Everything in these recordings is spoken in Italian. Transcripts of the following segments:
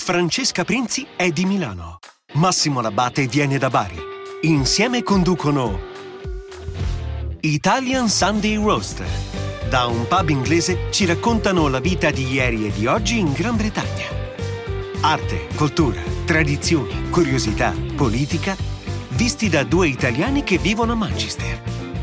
Francesca Prinzi è di Milano. Massimo Labbate viene da Bari. Insieme conducono Italian Sunday Roast. Da un pub inglese ci raccontano la vita di ieri e di oggi in Gran Bretagna. Arte, cultura, tradizioni, curiosità, politica, visti da due italiani che vivono a Manchester.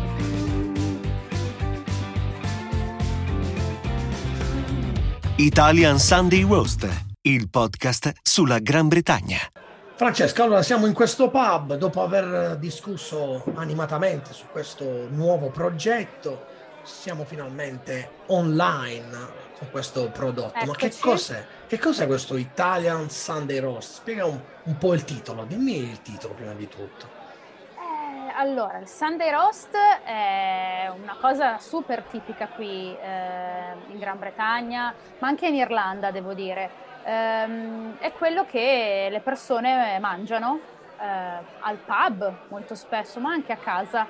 Italian Sunday Roast, il podcast sulla Gran Bretagna. Francesca, allora siamo in questo pub dopo aver discusso animatamente su questo nuovo progetto. Siamo finalmente online con questo prodotto. Eccoci. Ma che cos'è? Che cos'è questo Italian Sunday Roast? Spiega un po' il titolo, dimmi il titolo prima di tutto. Allora, il Sunday Roast è una cosa super tipica qui in Gran Bretagna, ma anche in Irlanda, devo dire. È quello che le persone mangiano al pub molto spesso, ma anche a casa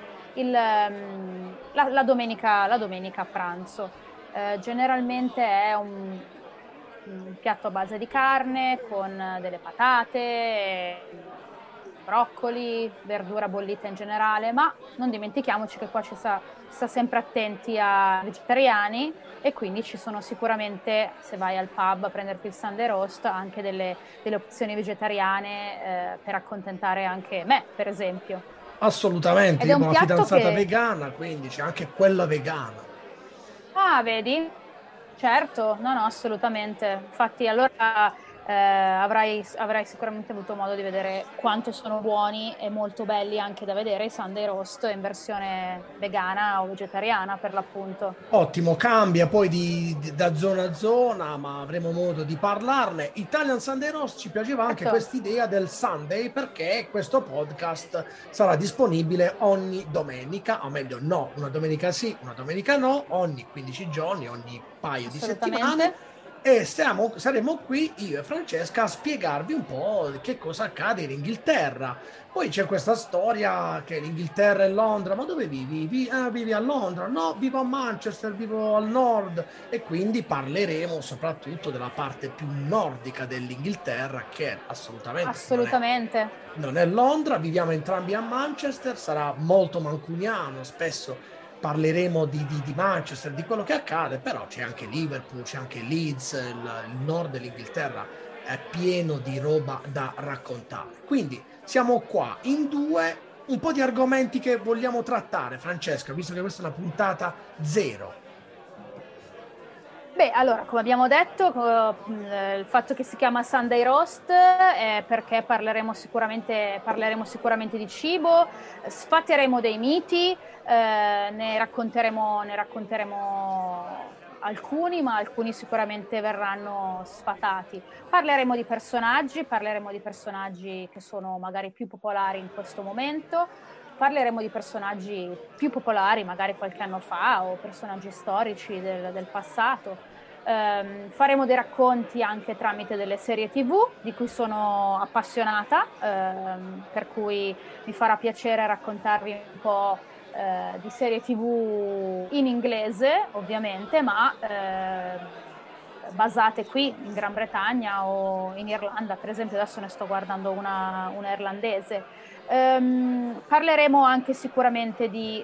la domenica a pranzo. Generalmente è un piatto a base di carne con delle patate, broccoli, verdura bollita in generale, ma non dimentichiamoci che qua ci sta sempre attenti a vegetariani e quindi ci sono sicuramente, se vai al pub a prenderti il Sunday Roast, anche delle opzioni vegetariane per accontentare anche me, per esempio. Assolutamente, Ed è io ho un una piatto fidanzata che... vegana, quindi c'è anche quella vegana. Ah, vedi? Certo, no, assolutamente. Infatti allora avrai sicuramente avuto modo di vedere quanto sono buoni e molto belli anche da vedere i Sunday Roast in versione vegana o vegetariana, per l'appunto. Ottimo, cambia poi da zona a zona, ma avremo modo di parlarne. Italian Sunday Roast, ci piaceva anche quest'idea del Sunday perché questo podcast sarà disponibile ogni domenica, o meglio no, una domenica sì, una domenica no, ogni 15 giorni, ogni paio di settimane. E saremo qui, io e Francesca, a spiegarvi un po' che cosa accade in Inghilterra. Poi c'è questa storia che l'Inghilterra è Londra, ma dove vivi? Vivi a Londra? No, vivo a Manchester, vivo al nord. E quindi parleremo soprattutto della parte più nordica dell'Inghilterra, che assolutamente non è Londra. Viviamo entrambi a Manchester, sarà molto mancuniano, spesso parleremo di Manchester, di quello che accade, però c'è anche Liverpool, c'è anche Leeds, il nord dell'Inghilterra è pieno di roba da raccontare. Quindi siamo qua in due, un po' di argomenti che vogliamo trattare, Francesca, visto che questa è una puntata zero. Beh, allora, come abbiamo detto, il fatto che si chiama Sunday Roast è perché parleremo sicuramente di cibo, sfateremo dei miti, ne racconteremo alcuni, ma alcuni sicuramente verranno sfatati. Parleremo di personaggi che sono magari più popolari in questo momento. Parleremo di personaggi più popolari, magari qualche anno fa, o personaggi storici del passato. Faremo dei racconti anche tramite delle serie TV, di cui sono appassionata, per cui mi farà piacere raccontarvi un po' di serie TV in inglese, ovviamente, ma basate qui in Gran Bretagna o in Irlanda. Per esempio adesso ne sto guardando una irlandese. Parleremo anche sicuramente di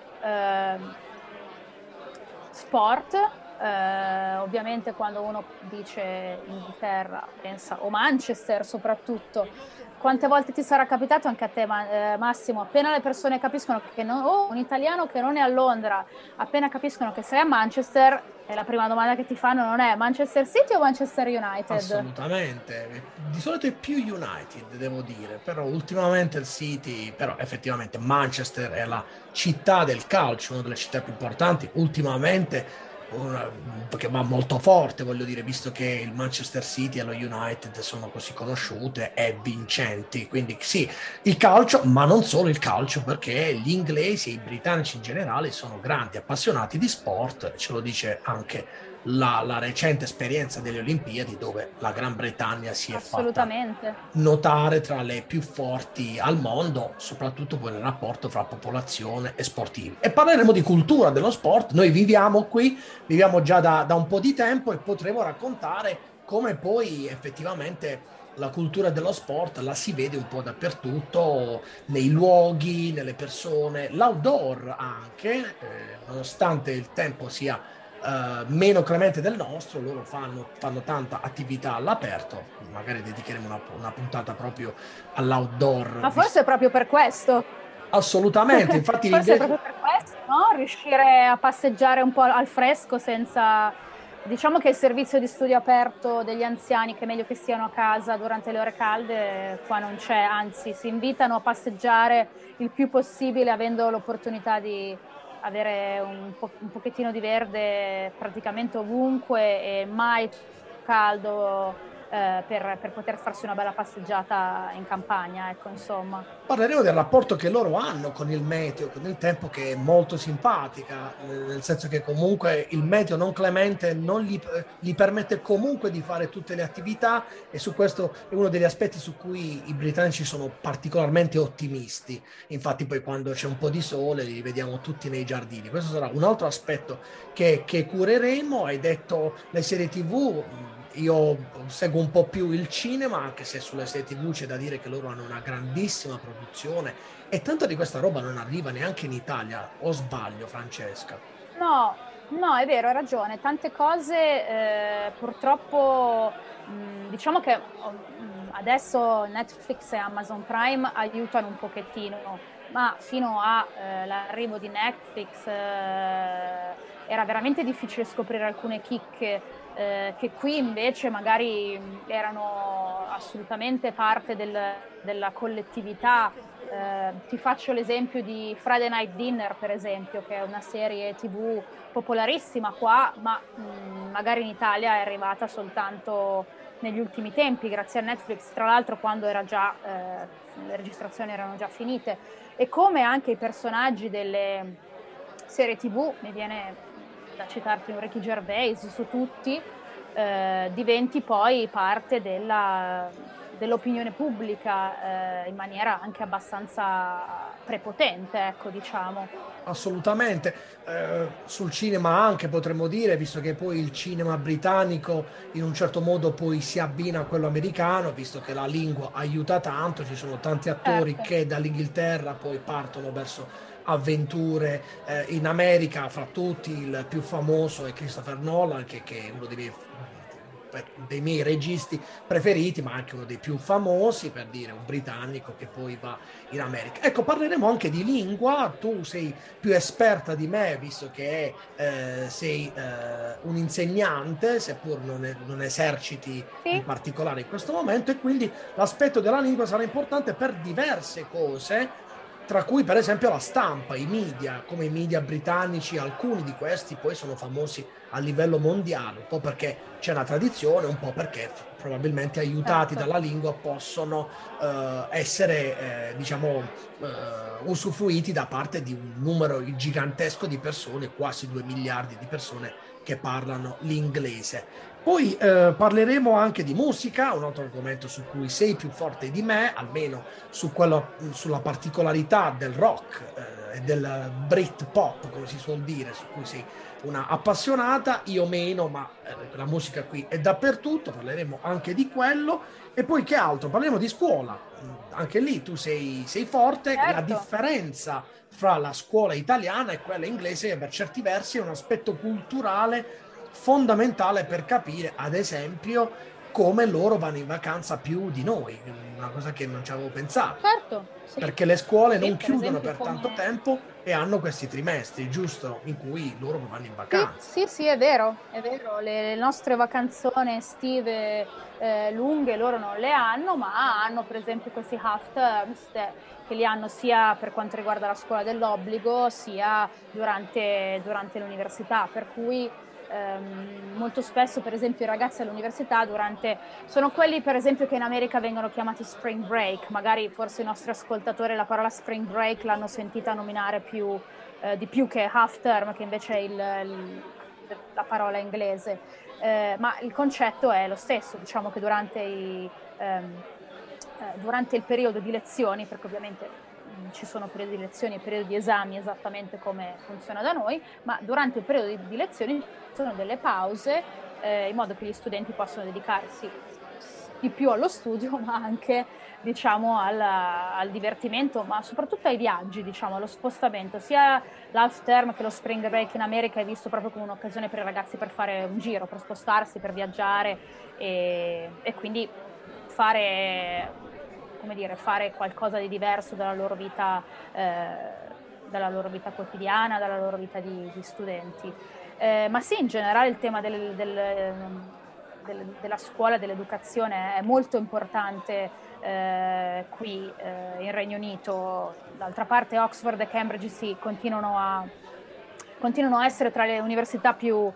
sport. Ovviamente quando uno dice Inghilterra pensa, o Manchester soprattutto. Quante volte ti sarà capitato anche a te, Massimo, appena le persone capiscono che un italiano che non è a Londra, appena capiscono che sei a Manchester, la prima domanda che ti fanno non è Manchester City o Manchester United? Assolutamente, di solito è più United, devo dire, però ultimamente il City, però effettivamente Manchester è la città del calcio, una delle città più importanti, ultimamente che va molto forte, voglio dire, visto che il Manchester City e lo United sono così conosciute e vincenti, quindi sì, il calcio, ma non solo il calcio, perché gli inglesi e i britannici in generale sono grandi appassionati di sport, ce lo dice anche la recente esperienza delle Olimpiadi, dove la Gran Bretagna si è fatta notare tra le più forti al mondo, soprattutto poi nel rapporto fra popolazione e sportivi. E parleremo di cultura dello sport. Noi viviamo qui, viviamo già da un po' di tempo, e potremo raccontare come poi effettivamente la cultura dello sport la si vede un po' dappertutto, nei luoghi, nelle persone, l'outdoor anche, nonostante il tempo sia meno clemente del nostro, loro fanno tanta attività all'aperto, magari dedicheremo una puntata proprio all'outdoor. Ma forse è proprio per questo. Assolutamente, infatti forse è proprio per questo, no? Riuscire a passeggiare un po' al fresco senza... Diciamo che il servizio di studio aperto degli anziani, che è meglio che siano a casa durante le ore calde, qua non c'è, anzi si invitano a passeggiare il più possibile, avendo l'opportunità di avere un pochettino di verde praticamente ovunque e mai caldo per poter farsi una bella passeggiata in campagna, ecco, insomma. Parleremo del rapporto che loro hanno con il meteo, con il tempo, che è molto simpatica, nel senso che comunque il meteo non clemente non gli permette comunque di fare tutte le attività, e su questo è uno degli aspetti su cui i britannici sono particolarmente ottimisti. Infatti poi quando c'è un po' di sole li vediamo tutti nei giardini. Questo sarà un altro aspetto che cureremo. Hai detto le serie TV. Io seguo un po' più il cinema, anche se sulle serie TV c'è da dire che loro hanno una grandissima produzione e tanta di questa roba non arriva neanche in Italia, o sbaglio, Francesca? No, è vero, hai ragione. Tante cose purtroppo, diciamo che adesso Netflix e Amazon Prime aiutano un pochettino, ma fino all'arrivo di Netflix era veramente difficile scoprire alcune chicche che qui invece magari erano assolutamente parte della collettività. Ti faccio l'esempio di Friday Night Dinner, per esempio, che è una serie TV popolarissima qua, ma magari in Italia è arrivata soltanto negli ultimi tempi, grazie a Netflix, tra l'altro quando le registrazioni erano già finite. E come anche i personaggi delle serie TV, mi viene da citarti un Ricky Gervais su tutti, diventi poi parte dell'opinione pubblica in maniera anche abbastanza prepotente, ecco, diciamo. Assolutamente. Sul cinema anche potremmo dire, visto che poi il cinema britannico in un certo modo poi si abbina a quello americano, visto che la lingua aiuta tanto, ci sono tanti attori che dall'Inghilterra poi partono verso avventure in America, fra tutti il più famoso è Christopher Nolan, che è uno dei miei registi preferiti, ma anche uno dei più famosi, per dire, un britannico che poi va in America. Ecco, parleremo anche di lingua. Tu sei più esperta di me, visto che sei un insegnante, seppur non eserciti in particolare in questo momento, e quindi l'aspetto della lingua sarà importante per diverse cose, tra cui per esempio la stampa, i media, come i media britannici. Alcuni di questi poi sono famosi a livello mondiale, un po' perché c'è una tradizione, un po' perché probabilmente aiutati dalla lingua possono essere usufruiti da parte di un numero gigantesco di persone, quasi 2 miliardi di persone che parlano l'inglese. Poi parleremo anche di musica, un altro argomento su cui sei più forte di me, almeno sulla particolarità del rock e del Britpop, come si suol dire, su cui sei una appassionata, io meno, ma la musica qui è dappertutto, parleremo anche di quello. E poi che altro? Parleremo di scuola, anche lì tu sei forte, certo. La differenza fra la scuola italiana e quella inglese per certi versi è un aspetto culturale fondamentale per capire, ad esempio, come loro vanno in vacanza più di noi, una cosa che non ci avevo pensato. Certo, sì. Perché le scuole non chiudono per tanto tempo e hanno questi trimestri, giusto, in cui loro vanno in vacanza. Sì, è vero. Le nostre vacanzone estive lunghe loro non le hanno, ma hanno per esempio questi half terms che li hanno sia per quanto riguarda la scuola dell'obbligo, sia durante l'università, per cui molto spesso per esempio i ragazzi all'università sono quelli per esempio che in America vengono chiamati spring break, magari forse i nostri ascoltatori la parola spring break l'hanno sentita nominare di più che half term, che invece è la parola inglese, ma il concetto è lo stesso. Diciamo che durante il periodo di lezioni, perché ovviamente ci sono periodi di lezioni e periodi di esami esattamente come funziona da noi, ma durante il periodo di lezioni ci sono delle pause in modo che gli studenti possano dedicarsi di più allo studio, ma anche, diciamo, al divertimento, ma soprattutto ai viaggi, diciamo, allo spostamento. Sia l'half term che lo spring break in America è visto proprio come un'occasione per i ragazzi per fare un giro, per spostarsi, per viaggiare e quindi fare, come dire, fare qualcosa di diverso dalla loro vita quotidiana, dalla loro vita di studenti. Ma sì, in generale il tema della scuola, dell'educazione è molto importante qui in Regno Unito. D'altra parte Oxford e Cambridge sì, continuano a essere tra le università più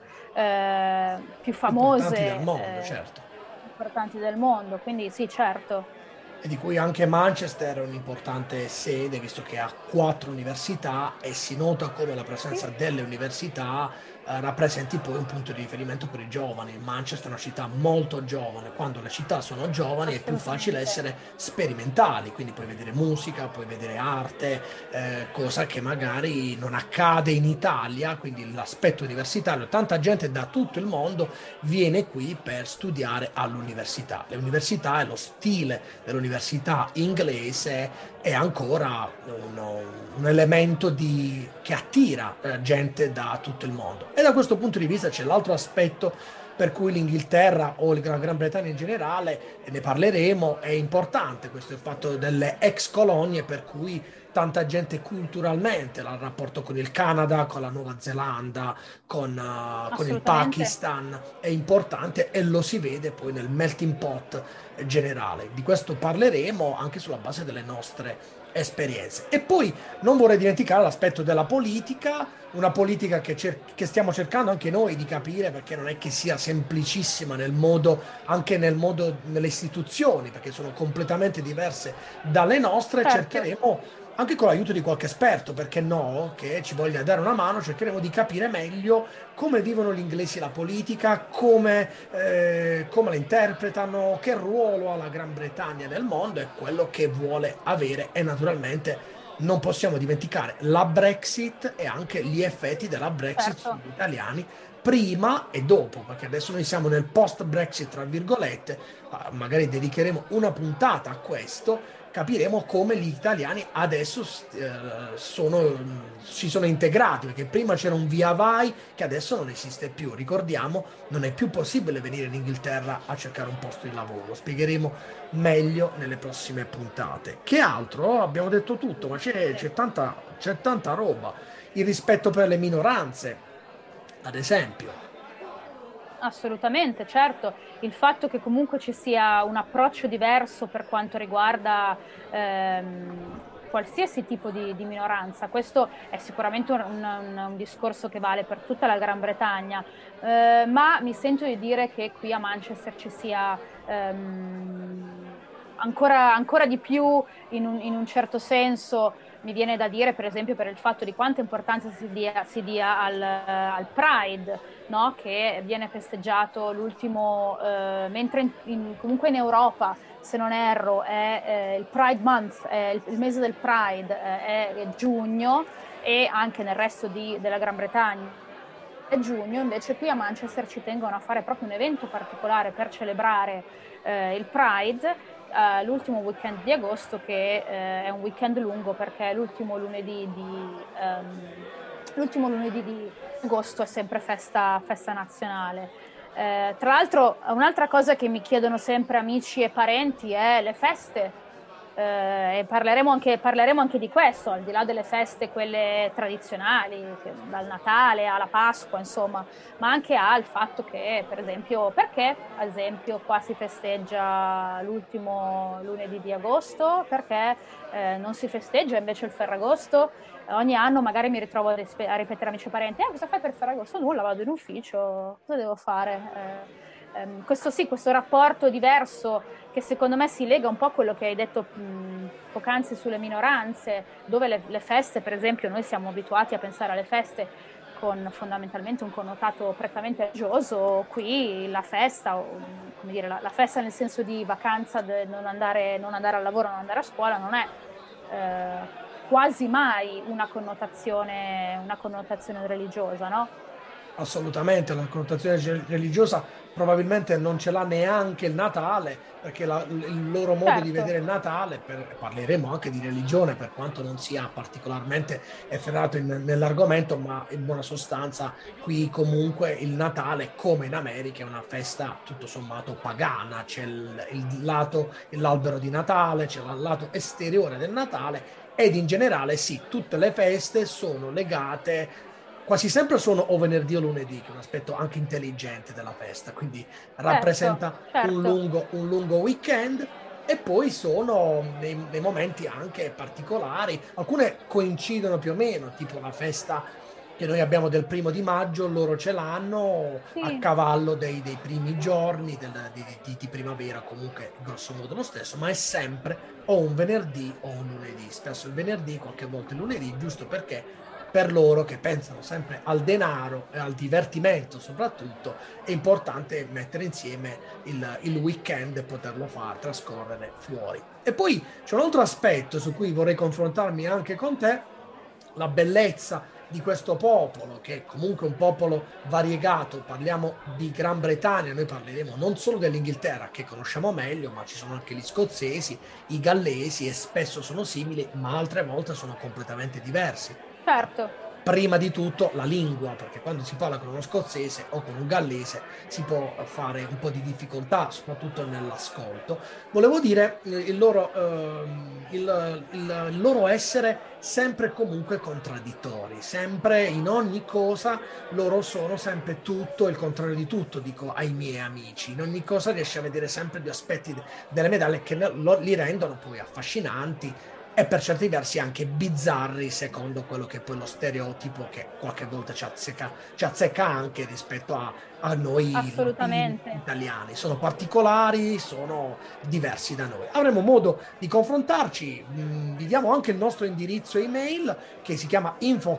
famose, importanti del mondo, certo. importanti del mondo, quindi sì, certo. E di cui anche Manchester è un'importante sede, visto che ha 4 università e si nota come la presenza Sì. delle università rappresenti poi un punto di riferimento per i giovani. Manchester è una città molto giovane, quando le città sono giovani è più facile Assolutamente. essere sperimentali, quindi puoi vedere musica, puoi vedere arte, cosa che magari non accade in Italia, quindi l'aspetto universitario, tanta gente da tutto il mondo viene qui per studiare all'università. Le università e lo stile dell'università inglese è ancora un elemento che attira gente da tutto il mondo. E da questo punto di vista c'è l'altro aspetto per cui l'Inghilterra o la Gran Bretagna in generale, e ne parleremo, è importante questo è il fatto delle ex colonie per cui tanta gente culturalmente, il rapporto con il Canada, con la Nuova Zelanda, con il Assolutamente. Pakistan è importante e lo si vede poi nel melting pot generale. Di questo parleremo anche sulla base delle nostre esperienze. E poi non vorrei dimenticare l'aspetto della politica, una politica che stiamo cercando anche noi di capire perché non è che sia semplicissima anche nel modo, nelle istituzioni, perché sono completamente diverse dalle nostre. Certo. Cercheremo anche con l'aiuto di qualche esperto, perché no, che ci voglia dare una mano, cercheremo di capire meglio come vivono gli inglesi la politica, come la interpretano, che ruolo ha la Gran Bretagna nel mondo e quello che vuole avere. E naturalmente non possiamo dimenticare la Brexit e anche gli effetti della Brexit Certo. sugli italiani prima e dopo, perché adesso noi siamo nel post-Brexit, tra virgolette, magari dedicheremo una puntata a questo, capiremo come gli italiani adesso si sono integrati, perché prima c'era un via vai che adesso non esiste più. Ricordiamo, non è più possibile venire in Inghilterra a cercare un posto di lavoro. Lo spiegheremo meglio nelle prossime puntate. Che altro? Oh, abbiamo detto tutto, ma c'è tanta roba. Il rispetto per le minoranze, ad esempio. Assolutamente, certo. Il fatto che comunque ci sia un approccio diverso per quanto riguarda qualsiasi tipo di minoranza, questo è sicuramente un discorso che vale per tutta la Gran Bretagna, ma mi sento di dire che qui a Manchester ci sia ancora di più in un certo senso. Mi viene da dire, per esempio, per il fatto di quanta importanza si dia al Pride, no? Che viene festeggiato l'ultimo, mentre comunque in Europa, se non erro, è il Pride Month, è il mese del Pride, è giugno, e anche nel resto della Gran Bretagna è giugno. Invece qui a Manchester ci tengono a fare proprio un evento particolare per celebrare il Pride, l'ultimo weekend di agosto, che è un weekend lungo perché l'ultimo lunedì di agosto è sempre festa nazionale. Tra l'altro, un'altra cosa che mi chiedono sempre amici e parenti è le feste. E parleremo anche di questo, al di là delle feste, quelle tradizionali, dal Natale alla Pasqua, insomma, ma anche al fatto che, per esempio, perché ad esempio qua si festeggia l'ultimo lunedì di agosto, perché non si festeggia invece il Ferragosto. Ogni anno magari mi ritrovo a ripetere amici e parenti: cosa fai per Ferragosto? Nulla, vado in ufficio, cosa devo fare? Questo rapporto diverso, che secondo me si lega un po' a quello che hai detto poc'anzi sulle minoranze, dove le feste, per esempio, noi siamo abituati a pensare alle feste con fondamentalmente un connotato prettamente religioso. Qui la festa, come dire, la festa nel senso di vacanza, non andare al lavoro, non andare a scuola, non è quasi mai una connotazione religiosa, no? Assolutamente, la connotazione religiosa probabilmente non ce l'ha neanche il Natale, perché il loro modo di Certo. vedere il Natale, parleremo anche di religione, per quanto non sia particolarmente efferrato nell'argomento, ma in buona sostanza qui comunque il Natale, come in America, è una festa tutto sommato pagana. C'è l'albero di Natale, c'è il lato esteriore del Natale, ed in generale sì, tutte le feste sono legate, quasi sempre sono o venerdì o lunedì, che è un aspetto anche intelligente della festa, quindi Certo, rappresenta certo. un lungo weekend. E poi sono nei momenti anche particolari, alcune coincidono più o meno, tipo la festa che noi abbiamo del 1° maggio, loro ce l'hanno a Sì, cavallo dei primi giorni di primavera, comunque grosso modo lo stesso, ma è sempre o un venerdì o un lunedì, spesso il venerdì, qualche volta il lunedì, giusto perché per loro che pensano sempre al denaro e al divertimento soprattutto, è importante mettere insieme il weekend e poterlo far trascorrere fuori. E poi c'è un altro aspetto su cui vorrei confrontarmi anche con te, la bellezza di questo popolo, che è comunque un popolo variegato. Parliamo di Gran Bretagna, noi parleremo non solo dell'Inghilterra, che conosciamo meglio, ma ci sono anche gli scozzesi, i gallesi, e spesso sono simili, ma altre volte sono completamente diversi. certo. Prima di tutto la lingua, perché quando si parla con uno scozzese o con un gallese si può fare un po' di difficoltà, soprattutto nell'ascolto. Volevo dire il loro essere sempre e comunque contraddittori, sempre in ogni cosa loro sono sempre tutto il contrario di tutto, dico ai miei amici. In ogni cosa riesci a vedere sempre gli aspetti delle medaglie che li rendono poi affascinanti e per certi versi anche bizzarri, secondo quello che è poi lo stereotipo che qualche volta ci azzecca anche rispetto a noi Assolutamente. italiani. Sono particolari, sono diversi da noi. Avremo modo di confrontarci. Vi diamo anche il nostro indirizzo email, che si chiama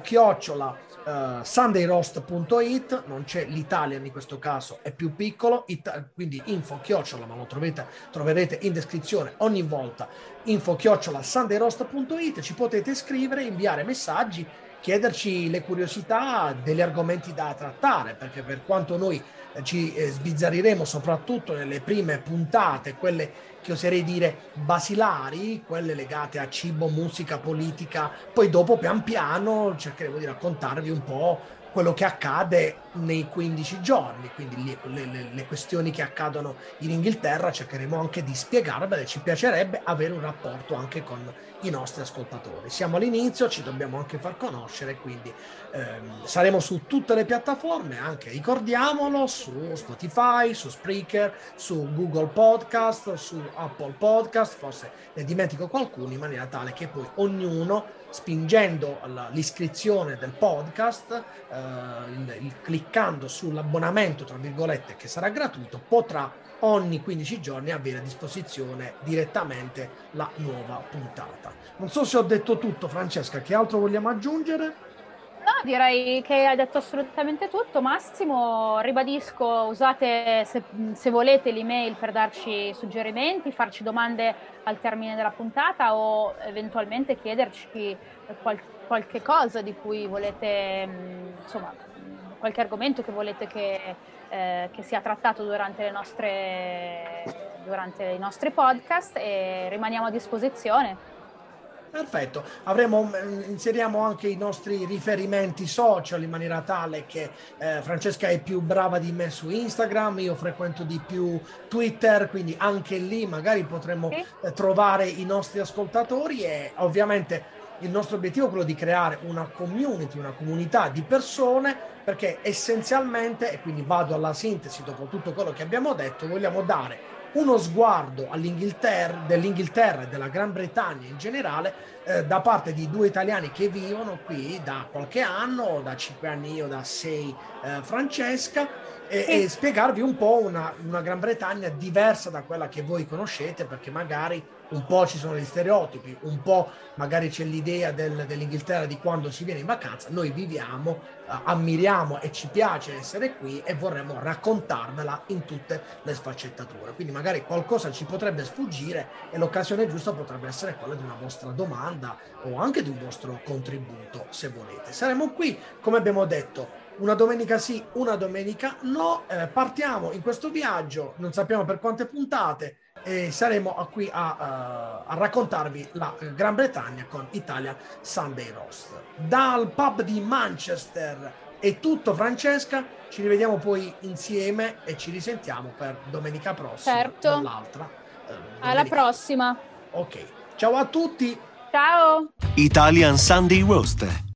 info@sundayroast.it. Non c'è l'Italian in questo caso, è più piccolo, quindi info-, ma lo troverete in descrizione ogni volta, info@sundayroast.it. Ci potete scrivere, inviare messaggi, chiederci le curiosità degli argomenti da trattare, perché per quanto noi ci sbizzarriremo soprattutto nelle prime puntate, quelle che oserei dire basilari, quelle legate a cibo, musica, politica, poi dopo pian piano cercheremo di raccontarvi un po' quello che accade nei 15 giorni, quindi le questioni che accadono in Inghilterra cercheremo anche di spiegarvele. Ci piacerebbe avere un rapporto anche con i nostri ascoltatori. Siamo all'inizio, ci dobbiamo anche far conoscere, quindi saremo su tutte le piattaforme, anche ricordiamolo, su Spotify, su Spreaker, su Google Podcast, su Apple Podcast, forse ne dimentico qualcuno, in maniera tale che poi ognuno, spingendo l'iscrizione del podcast, cliccando sull'abbonamento, tra virgolette, che sarà gratuito, potrà ogni 15 giorni avere a disposizione direttamente la nuova puntata. Non so se ho detto tutto, Francesca, che altro vogliamo aggiungere? No, direi che hai detto assolutamente tutto. Massimo, ribadisco, usate se volete l'email per darci suggerimenti, farci domande al termine della puntata o eventualmente chiederci qualche cosa di cui volete, insomma, qualche argomento che volete che sia trattato durante i nostri podcast, e rimaniamo a disposizione. Perfetto, inseriamo anche i nostri riferimenti social in maniera tale che Francesca è più brava di me su Instagram, io frequento di più Twitter, quindi anche lì magari potremmo Sì? trovare i nostri ascoltatori. E ovviamente il nostro obiettivo è quello di creare una community, una comunità di persone, perché essenzialmente, e quindi vado alla sintesi dopo tutto quello che abbiamo detto, vogliamo dare uno sguardo dell'Inghilterra e della Gran Bretagna in generale, da parte di due italiani che vivono qui da qualche anno, da 5 anni io, da 6 Francesca, e Sì. spiegarvi un po' una Gran Bretagna diversa da quella che voi conoscete, perché magari un po' ci sono gli stereotipi, un po' magari c'è l'idea dell'Inghilterra di quando si viene in vacanza. Noi viviamo, ammiriamo e ci piace essere qui e vorremmo raccontarvela in tutte le sfaccettature. Quindi magari qualcosa ci potrebbe sfuggire e l'occasione giusta potrebbe essere quella di una vostra domanda o anche di un vostro contributo, se volete. Saremo qui, come abbiamo detto, una domenica sì, una domenica no. Partiamo in questo viaggio, non sappiamo per quante puntate, e saremo qui a raccontarvi la Gran Bretagna con Italian Sunday Roast. Dal pub di Manchester è tutto, Francesca, ci rivediamo poi insieme e ci risentiamo per domenica prossima. Certo. Dall'altra. Alla prossima. Ok, ciao a tutti. Ciao. Italian Sunday Roast.